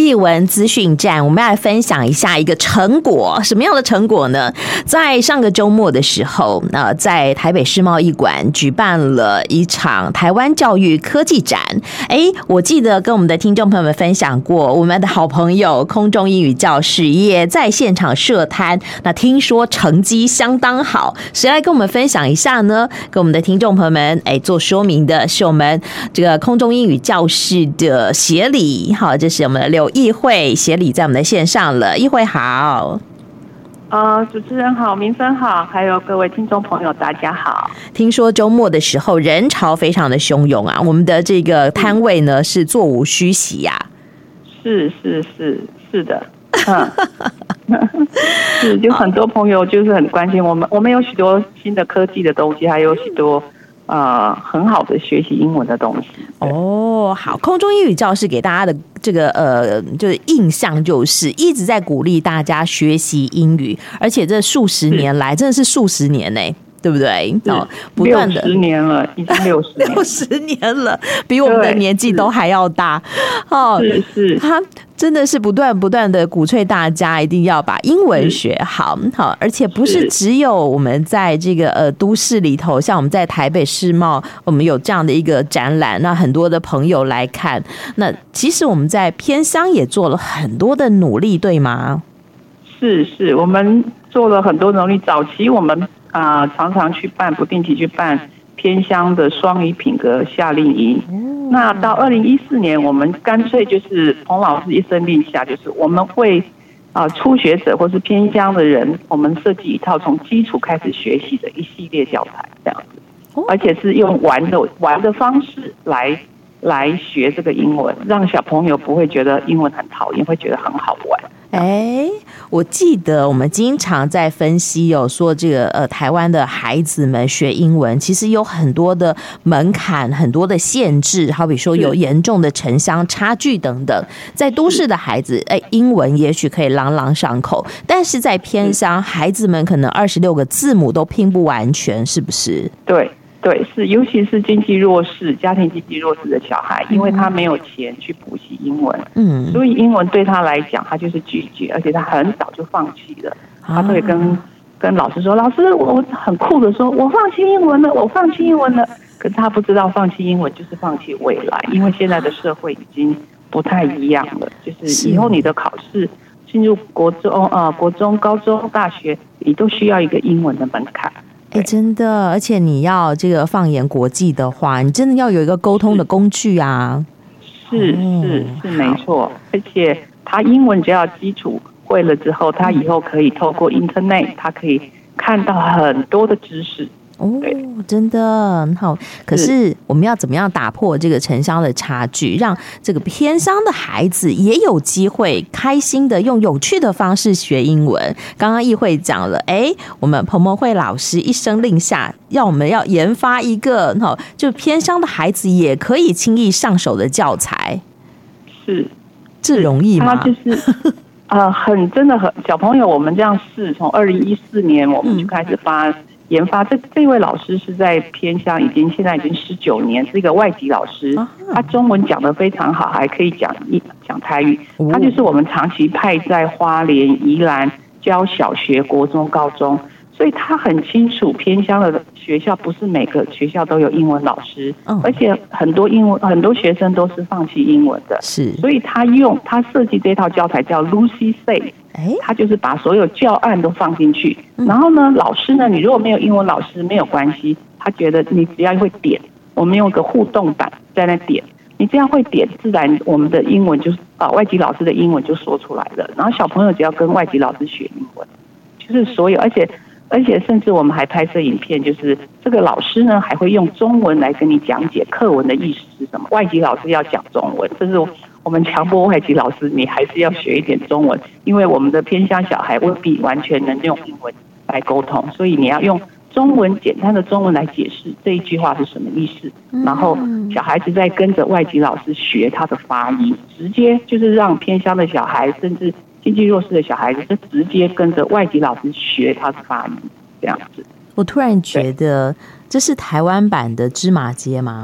艺文资讯站，我们要来分享一下一个成果。什么样的成果呢？在上个周末的时候，在台北世贸艺馆举办了一场台湾教育科技展。我记得跟我们的听众朋友们分享过，我们的好朋友空中英语教室也在现场设摊。那听说成绩相当好，谁来跟我们分享一下呢？跟我们的听众朋友们做说明的是我们这个空中英语教室的协理。好，这是我们的刘议会协理在我们的线上了。议会好。 主持人好，民生好，还有各位听众朋友大家好。 听说周末的时候人潮非常的汹涌啊，我们的这个摊位呢是座无虚席呀。 是的。是，就很多朋友就是很关心我们有许多新的科技的东西，还有许多很好的学习英文的东西。 好，空中英语教室给大家的这个就是印象就是一直在鼓励大家学习英语，而且这数十年来真的是数十年呢。对不对？不断的 60年了，已经 60年了，比我们的年纪都还要大。 是， 他真的是不断的鼓吹大家一定要把英文学好，而且不是只有我们在这个都市里头，像我们在台北世贸，我们有这样的一个展览，那很多的朋友来看。那其实我们在偏乡也做了很多的努力，对吗？ 是，我们做了很多努力。早期我们常常不定期去办偏乡的双语品格夏令营。那到2014年，我们干脆就是彭老师一声令下，就是我们为初学者或是偏乡的人，我们设计一套从基础开始学习的一系列教材，这样子，而且是用玩的方式来学这个英文，让小朋友不会觉得英文很讨厌，会觉得很好玩。 我记得我们经常在分析有说这个台湾的孩子们学英文其实有很多的门槛，很多的限制，好比说有严重的城乡差距等等。在都市的孩子英文也许可以朗朗上口，但是在偏乡孩子们可能26个字母都拼不完全，是不是？ 对，是，尤其是家庭经济弱势的小孩，因为他没有钱去补习英文，所以英文对他来讲，他就是拒绝，而且他很早就放弃了。他会跟老师说：“老师，我很酷的说，我放弃英文了。”可是他不知道，放弃英文就是放弃未来，因为现在的社会已经不太一样了。就是以后你的考试进入国中、高中、大学，你都需要一个英文的门槛。 真的，而且你要这个放眼国际的话，你真的要有一个沟通的工具啊。 是没错，而且他英文只要基础会了之后，他以后可以透过 Internet， 他可以看到很多的知识。真的很好。可是我们要怎么样打破这个城乡的差距，让这个偏乡的孩子也有机会开心的用有趣的方式学英文？刚刚议会讲了，我们彭慧老师一声令下，我们要研发一个就偏乡的孩子也可以轻易上手的教材。这容易吗？他就是真的很小朋友，我们这样试，从2014年我们就开始研发。这位老师是在偏乡，现在已经19年，是一个外籍老师。他中文讲得非常好，还可以讲台语。他就是我们长期派在花莲、宜兰教小学、国中、高中，所以他很清楚偏乡的学校不是每个学校都有英文老师，而且很多学生都是放弃英文的。所以他设计这套教材叫 Lucy Say。他就是把所有教案都放进去，然后呢，老师呢，你如果没有英文老师没有关系，他觉得你只要会点，我们用个互动板在那点，你这样会点，自然我们的英文就是外籍老师的英文就说出来了。然后小朋友只要跟外籍老师学英文，就是所有，而且甚至我们还拍摄影片，就是这个老师呢还会用中文来跟你讲解课文的意思是什么。外籍老师要讲中文，这是我们强迫外籍老师，你还是要学一点中文，因为我们的偏乡小孩未必完全能用英文来沟通，所以你要用中文简单的中文来解释这一句话是什么意思，然后小孩子再跟着外籍老师学他的发音，直接就是让偏乡的小孩甚至经济弱势的小孩子就直接跟着外籍老师学他的发音，这样子。 我突然觉得这是台湾版的芝麻街吗？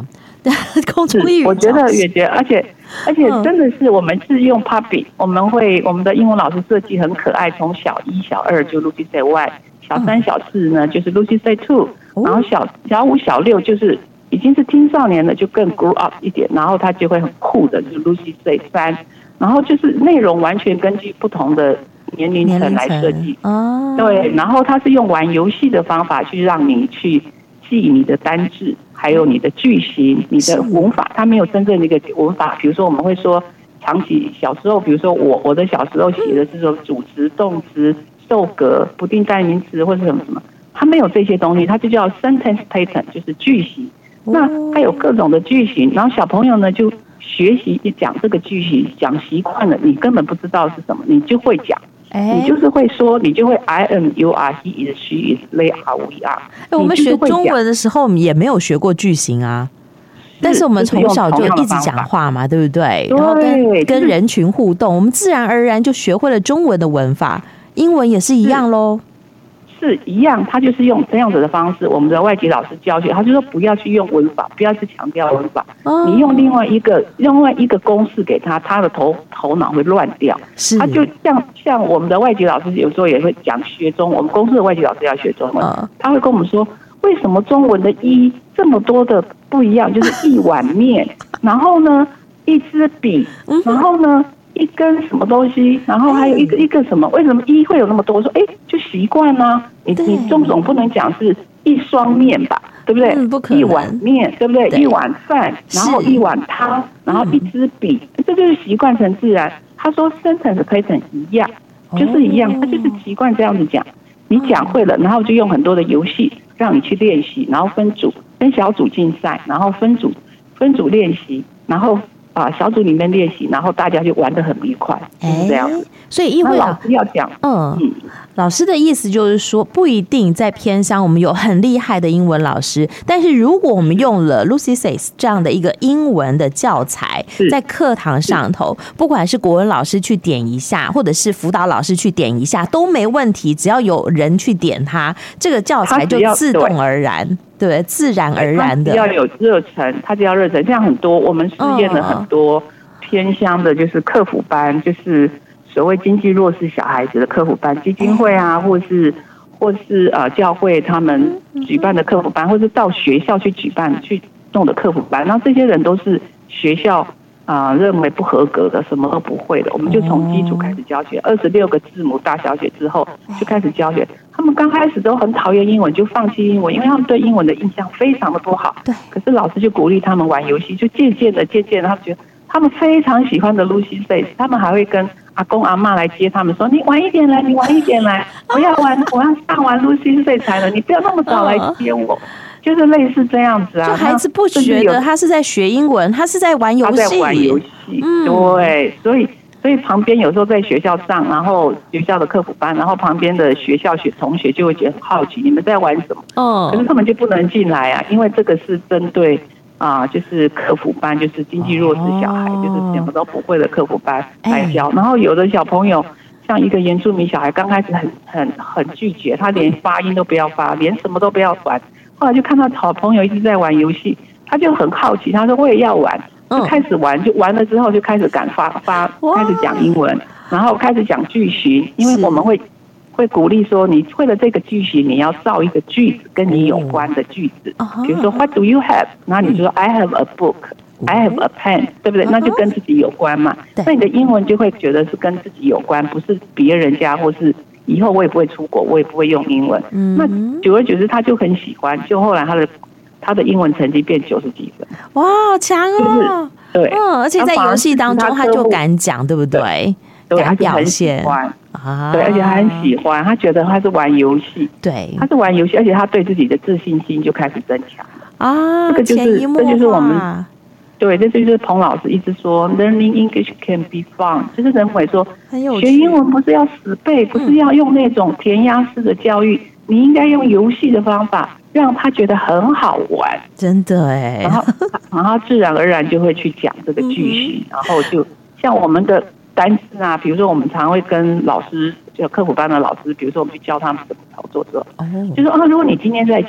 空中英语教室， 我觉得也觉得，而且真的是我们是用 Puppy， 我们的英文老师设计很可爱，从小1、小2就 Lucy Say One， 小3、小4呢就是 Lucy Say Two， 然后小5、小6就是已经是青少年了，就更 grow up 一点，然后他就会很酷的，就是 Lucy Say 3，然后就是内容完全根据不同的年龄层来设计。对，然后他是用玩游戏的方法去让你去记你的单字，还有你的句型、你的文法，它没有真正的一个文法。比如说我们会说长期小时候，比如说我的小时候写的是说主词、动词、受格、不定代名词或者什么什么，它没有这些东西，它就叫 sentence pattern， 就是句型。那它有各种的句型，然后小朋友呢就学习讲这个句型，讲习惯了，你根本不知道是什么，你就会讲。你就是会说，你就会 I am, you are, he is, she is, they are, we are。 我们学中文的时候也没有学过句型啊，但是我们从小就一直讲话嘛，对不对？然后跟人群互动，我们自然而然就学会了中文的文法，英文也是一样咯。 是一样，他就是用这样子的方式。我们的外籍老师教学，他就说不要去用文法，不要去强调文法，你用另外一个公式给他，他的头脑会乱掉。他就像我们的外籍老师有时候也会讲学中文，我们公司的外籍老师要学中文，他会跟我们说为什么中文的一这么多的不一样，就是一碗面，然后呢一支笔，然后呢一根什么东西，然后还有一个什么？为什么一会有那么多？我说就习惯啊，你总不能讲是一双面吧，对不对？ 不可能。 一碗面，对不对？一碗饭，然后一碗汤，然后一支笔，这就是习惯成自然。他说 sentence pattern 一样，就是一样，他就是习惯这样子讲。你讲会了，然后就用很多的游戏让你去练习，然后分小组竞赛，然后分组练习，然后小组里面练习，然后大家就玩得很愉快，就是这样子。 所以因为老师要讲， 老师的意思就是说，不一定在偏乡我们有很厉害的英文老师，但是如果我们用了 Lucy Says 这样的一个英文的教材，在课堂上头，不管是国文老师去点一下，或者是辅导老师去点一下都没问题，只要有人去点它，这个教材就自动而然。对，自然而然的。 他只要有热忱，他只要热忱，像很多我们试验了很多偏乡的，就是客服班，就是所谓经济弱势小孩子的客服班，基金会啊，或是教会他们举办的客服班，或是到学校去举办去弄的客服班，然后这些人都是学校认为不合格的，什么都不会的，我们就从基础开始教学，26个字母大小写之后就开始教学。他们刚开始都很讨厌英文，就放弃英文，因为他们对英文的印象非常的不好。对。可是老师就鼓励他们玩游戏，就渐渐的，他们觉得他们非常喜欢的 Lucy Says， 他们还会跟阿公阿嬷来接他们，说你晚一点来，我要上完 Lucy Says 才能，你不要那么早来接我。就是类似这样子啊， 就孩子不觉得他是在学英文，他是在玩游戏。 他在玩游戏，对，所以旁边有时候在学校上，然后学校的课辅班，然后旁边的学校同学就会觉得很好奇，你们在玩什么？可是他们就不能进来啊，因为这个是针对就是课辅班，就是经济弱势小孩，就是什么都不会的课辅班来教。然后有的小朋友，像一个原住民小孩，刚开始很拒绝，他连发音都不要发，连什么都不要玩。后来就看到好朋友一直在玩游戏，他就很好奇，他说我也要玩。就开始玩，就玩了之后就开始敢发，开始讲英文，然后开始讲句型，因为我们会鼓励说，你会了这个句型，你要造一个句子跟你有关的句子，比如说 What do you have？ 然后你就说 I have a book， I have a pen， 对不对？那就跟自己有关嘛。那你的英文就会觉得是跟自己有关，不是别人家，或是以后我也不会出国，我也不会用英文。那久而久之他就很喜欢，就后来他的英文成绩变90几分， 哇，好强哦！ 对， 而且在游戏当中他就敢讲，对不对？ 对， 敢表现对，而且他很喜欢，他觉得他是玩游戏， 对， 他是玩游戏，而且他对自己的自信心就开始增强了这就是我们对，这就是彭老师一直说 ，Learning English can be fun， 就是认为说学英文不是要死背，不是要用那种填鸭式的教育，你应该用游戏的方法。让他觉得很好玩， 真的哎， 然后自然而然就会去讲这个句型，然后就像我们的单字啊，比如说我们常会跟老师，就课辅班的老师，比如说我们去教他们怎么操作之后，就说如果你今天在讲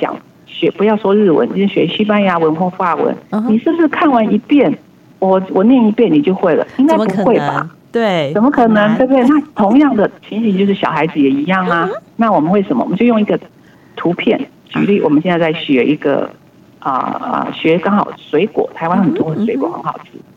不要说日文，就是学西班牙文或法文，你是不是看完一遍，我念一遍你就会了？应该不会吧？ 对， 怎么可能？对不对？那同样的情形就是小孩子也一样啊。那我们为什么？我们就用一个图片举例，我们现在在学一个学刚好水果，台湾很多水果很好吃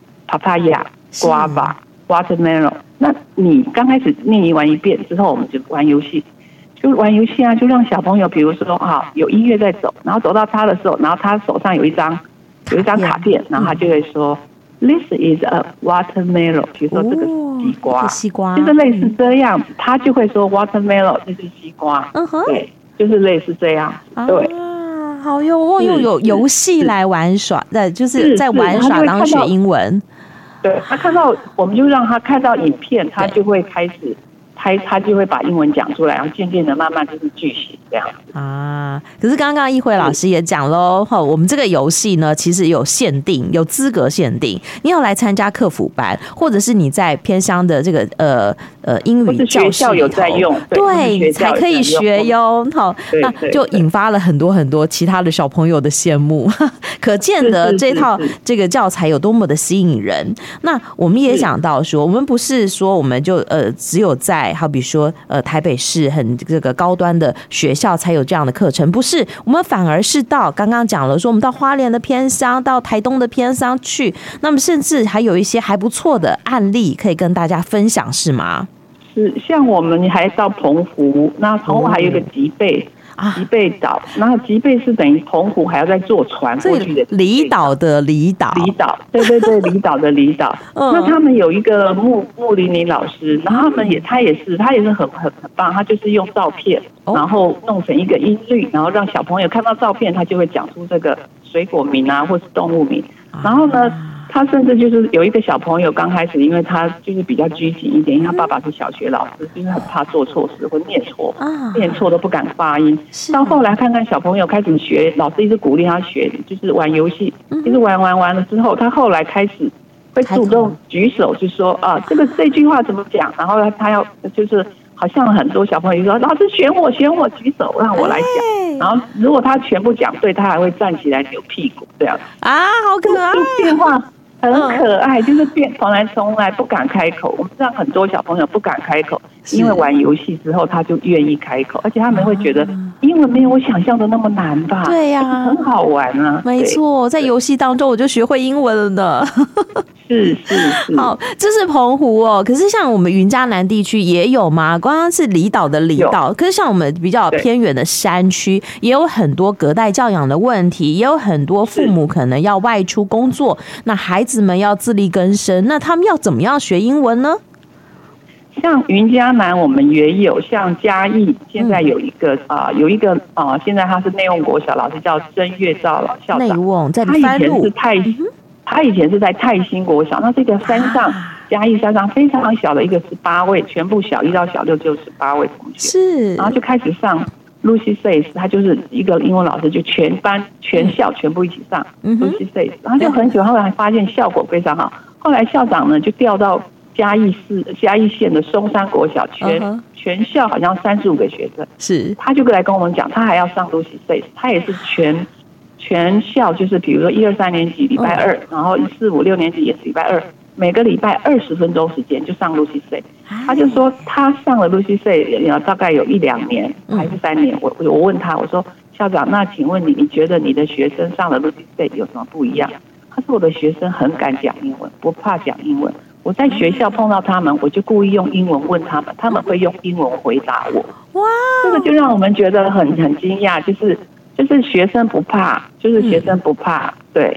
，papaya、guava、watermelon。那你刚开始念完一遍之后，我们就玩游戏。就玩游戏啊，就让小朋友，比如说有音乐在走，然后走到他的时候，然后他手上有一张卡片，然后他就会说 ，This is a watermelon。比如说这个是西瓜，就是类似这样子，他就会说 watermelon， 这是西瓜。对，就是类似这样。对。 好用游戏来玩耍，就是在玩耍当学英文。 对，他看到，我们就让他看到影片，他就会开始。他就会把英文讲出来，然后渐渐的慢慢就是句型这样啊。可是刚刚一辉老师也讲喽，我们这个游戏呢，其实有限定，有资格限定，你要来参加客服班，或者是你在偏乡的这个英语教室里头， 有在用， 对，才可以学哟。好，那就引发了很多很多其他的小朋友的羡慕，可见得这套这个教材有多么的吸引人。那我们也讲到说，我们不是说我们就只有在好比说台北市很这个高端的学校才有这样的课程，不是，我们反而是到刚刚讲了说我们到花莲的偏乡，到台东的偏乡去，那么甚至还有一些还不错的案例可以跟大家分享，是吗？ 是，像我们还到澎湖，那澎湖还有一个吉贝。吉贝岛，然后吉贝是等于澎湖还要再坐船过去的离岛的离岛， 对，离岛的离岛。那他们有一个穆玲玲老师，然后他也是很棒，他就是用照片，然后弄成一个音律，然后让小朋友看到照片，他就会讲出这个水果名啊，或是动物名。然后呢，他甚至就是有一个小朋友刚开始，因为他就是比较拘谨一点，因为他爸爸是小学老师，就是很怕做错事或念错都不敢发音。到后来看看小朋友开始学，老师一直鼓励他学，就是玩游戏，一直玩了之后，他后来开始会主动举手，就说这句话怎么讲，然后他要就是好像很多小朋友就说老师选我举手让我来讲，然后如果他全部讲对，他还会站起来扭屁股这样好可爱， 变化很可爱，就是从来不敢开口。我们知道很多小朋友不敢开口，因为玩游戏之后他就愿意开口，而且他们会觉得英文没有我想象的那么难吧？ 对呀， 很好玩啊！ 没错，在游戏当中我就学会英文了呢。 是。 好，这是澎湖哦。可是像我们云嘉南地区也有吗？刚刚是离岛的离岛，可是像我们比较偏远的山区，也有很多隔代教养的问题，也有很多父母可能要外出工作，那孩子们要自力更生，那他们要怎么样学英文呢？ 像云嘉南我们也有，像嘉义现在有一个现在他是内瓮国小老师叫曾月照校长， 内瓮在番路，他以前是在泰兴国小，那这个山上嘉义山上非常小的一个18位，全部小1到小6就18位同学， 是， 然后就开始上 Lucy Says， 他就是一个英文老师，就全班全校全部一起上 Lucy Says， 然后就很喜欢，后来发现效果非常好，后来校长呢就调到嘉义县的松山国小，全校好像35个学生， 是， 他就来跟我们讲，他还要上 Lucy Says， 他也是全校，就是比如说1、2、3年级礼拜2，然后1、4、5、6年级也是礼拜2，每个礼拜20分钟时间就上 Lucy Say。他就说他上了 Lucy Say 大概有1、2年还是3年。我问他，我说校长，那请问你觉得你的学生上了 Lucy Say 有什么不一样？他说我的学生很敢讲英文，不怕讲英文。我在学校碰到他们，我就故意用英文问他们，他们会用英文回答我。哇，这个就让我们觉得很惊讶，就是学生不怕，对。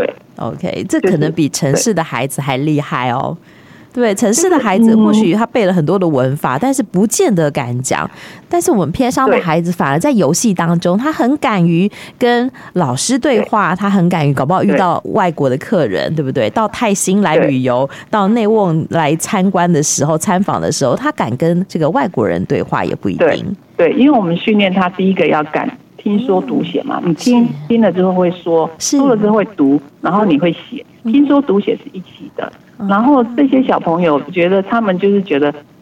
OK， 这可能比城市的孩子还厉害哦。对，城市的孩子或许他背了很多的文法，但是不见得敢讲。但是我们偏乡的孩子反而在游戏当中，他很敢于跟老师对话，他很敢于搞不好遇到外国的客人，对不对？到泰兴来旅游，到内瓮来参观的时候、参访的时候，他敢跟这个外国人对话也不一定。对， 因为我们训练他第一个要敢听说读写嘛，你听了之后会说了之后会读，然后你会写，听说读写是一起的。然后这些小朋友觉得他们就是觉得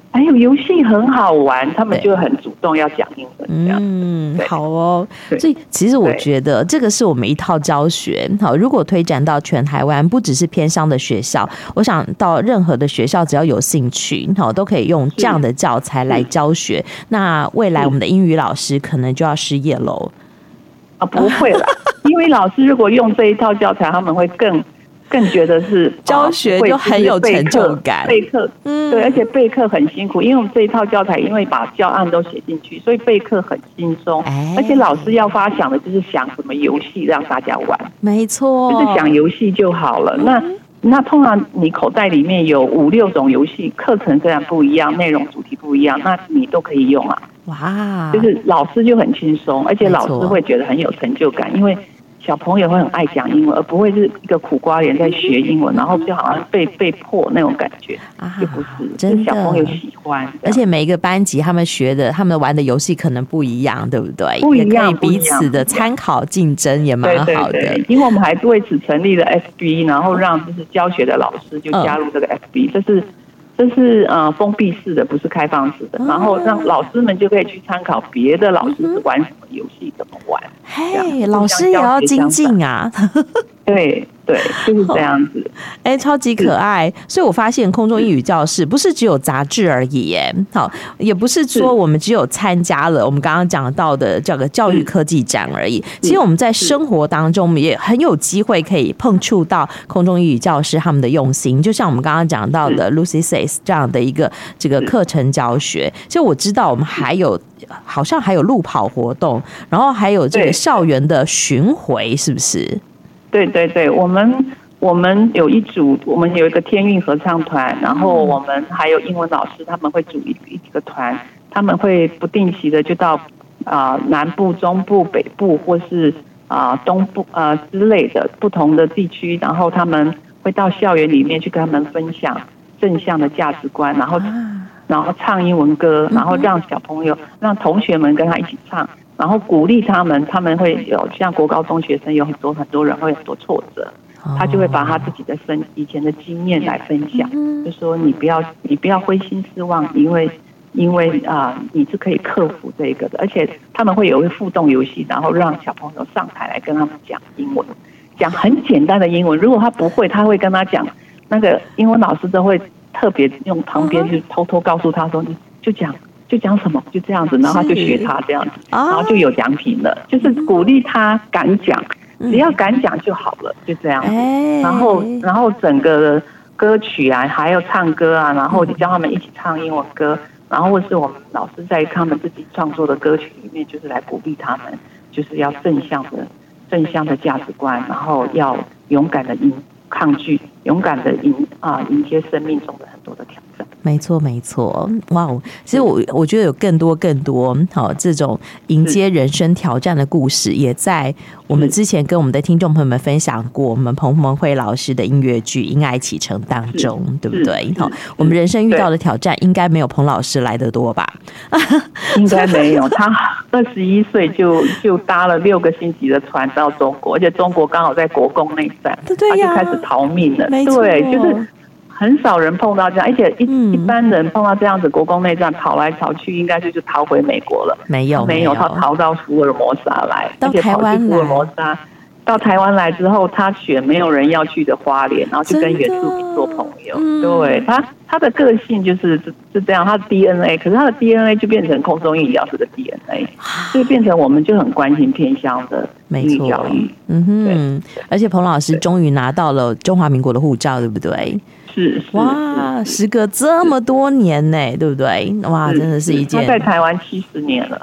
还有游戏很好玩，他们就很主动要讲英文这样。 好哦。所以其实我觉得这个是我们一套教学。好，如果推展到全台湾，不只是偏乡的学校，我想到任何的学校只要有兴趣，好都可以用这样的教材来教学。那未来我们的英语老师可能就要失业喽。 不会啦，因为老师如果用这一套教材，他们会更觉得是教学就很有成就感。 备课，对，而且备课很辛苦，因为我们这一套教材，因为把教案都写进去，所以备课很轻松。而且老师要发想的就是想什么游戏让大家玩， 没错， 就是想游戏就好了。那通常你口袋里面有5、6种游戏，课程虽然不一样，内容主题不一样，那你都可以用啊。 哇， 就是老师就很轻松，而且老师会觉得很有成就感，因为小朋友会很爱讲英文，而不会是一个苦瓜脸在学英文，然后就好像被迫那种感觉，就不是， 真的， 是小朋友喜欢。 而且每一个班级他们玩的游戏可能不一样，对不对？ 不一样， 也可以彼此的参考竞争，也蛮好的。 对，因为我们还为此成立了 FB， 然后让就是教学的老师就加入这个 FB，这是封闭式的，不是开放式的，然后让老师们就可以去参考别的老师是玩什么游戏，怎么玩。 嘿，老师也要精进啊。 对，就是这样子。 超级可爱。所以我发现空中英语教室不是只有杂志而已耶，好，也不是说我们只有参加了我们刚刚讲到的这个教育科技展而已。其实我们在生活当中，我们也很有机会可以碰触到空中英语教室他们的用心。就像我们刚刚讲到的 Lucy Says 这样的一个这个课程教学，其实我知道我们好像还有路跑活动，然后还有这个校园的巡回，是不是？ 对，我们有一组，我们有一个天韵合唱团，然后我们还有英文老师，他们会组一个团，他们会不定期的就到南部、中部、北部或是东部之类的不同的地区，然后他们会到校园里面去跟他们分享正向的价值观，然后唱英文歌，然后让同学们跟他一起唱。然后鼓励他们会有像国高中学生有很多人会很多挫折，他就会把他自己的以前的经验来分享，就说你不要灰心失望，因为你是可以克服这个的，而且他们会有一个互动游戏，然后让小朋友上台来跟他们讲英文，讲很简单的英文，如果他不会，他会跟他讲，那个英文老师都会特别用旁边去偷偷告诉他说，你就讲什么，就这样子，然后他就学他这样子，然后就有奖品了，就是鼓励他敢讲，只要敢讲就好了，就这样子。然后整个歌曲啊，还有唱歌啊，然后就教他们一起唱英文歌，然后或是我们老师在他们自己创作的歌曲里面，就是来鼓励他们，就是要正向的价值观，然后要勇敢的抗拒，勇敢的迎接生命中的很多的挑战。 没错，哇！其实我觉得有更多这种迎接人生挑战的故事，也在我们之前跟我们的听众朋友们分享过，我们彭蒙慧老师的音乐剧《因爱启程》当中，对不对？我们人生遇到的挑战，应该没有彭老师来得多吧？ 应该没有，他21岁就搭了6个星期的船到中国，而且中国刚好在国共内战，他就开始逃命了。对，就是很少人碰到这样，而且一般人碰到这样子国共内战跑来跑去，应该就逃回美国了。没有，他逃到福尔摩沙来，而且跑去福尔摩沙。到台湾来之后，他选没有人要去的花莲，然后就跟原住民做朋友。对，他的个性就是这样，他的 DNA， 可是他的 DNA 就变成空中英语教师的 DNA， 所以变成我们就很关心偏乡的英语教育。 而且彭老师终于拿到了中华民国的护照，对不对？ 是哇，时隔这么多年呢，对不对？哇，真的是一件。 他在台湾70年了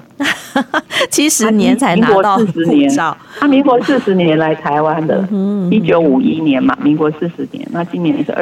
，70年才拿到护照。 他民国40年来台湾的，1951年嘛，民国40年，那今年是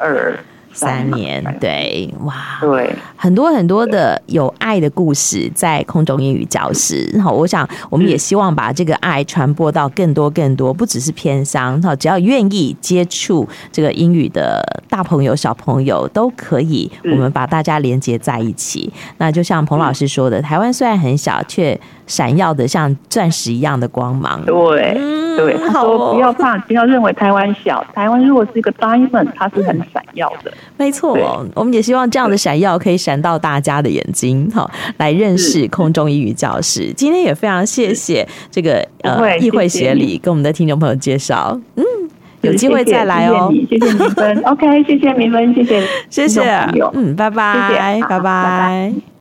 2023 年，对，哇， 对， 很多的有爱的故事在空中英语教室。好，我想我们也希望把这个爱传播到更多，不只是偏乡，只要愿意接触这个英语的大朋友、小朋友都可以，我们把大家连结在一起。那就像彭老师说的，台湾虽然很小，却闪耀的像钻石一样的光芒。 对，对，他说不要怕，不要认为台湾小，台湾如果是一个 diamond， 它是很闪耀的。 没错，我们也希望这样的闪耀可以闪到大家的眼睛，来认识空中英语教室。今天也非常谢谢这个议会协理跟我们的听众朋友介绍。有机会再来哦。 谢谢明芬。OK， 谢谢明芬，谢谢， 谢谢。拜拜， 谢谢， 拜拜。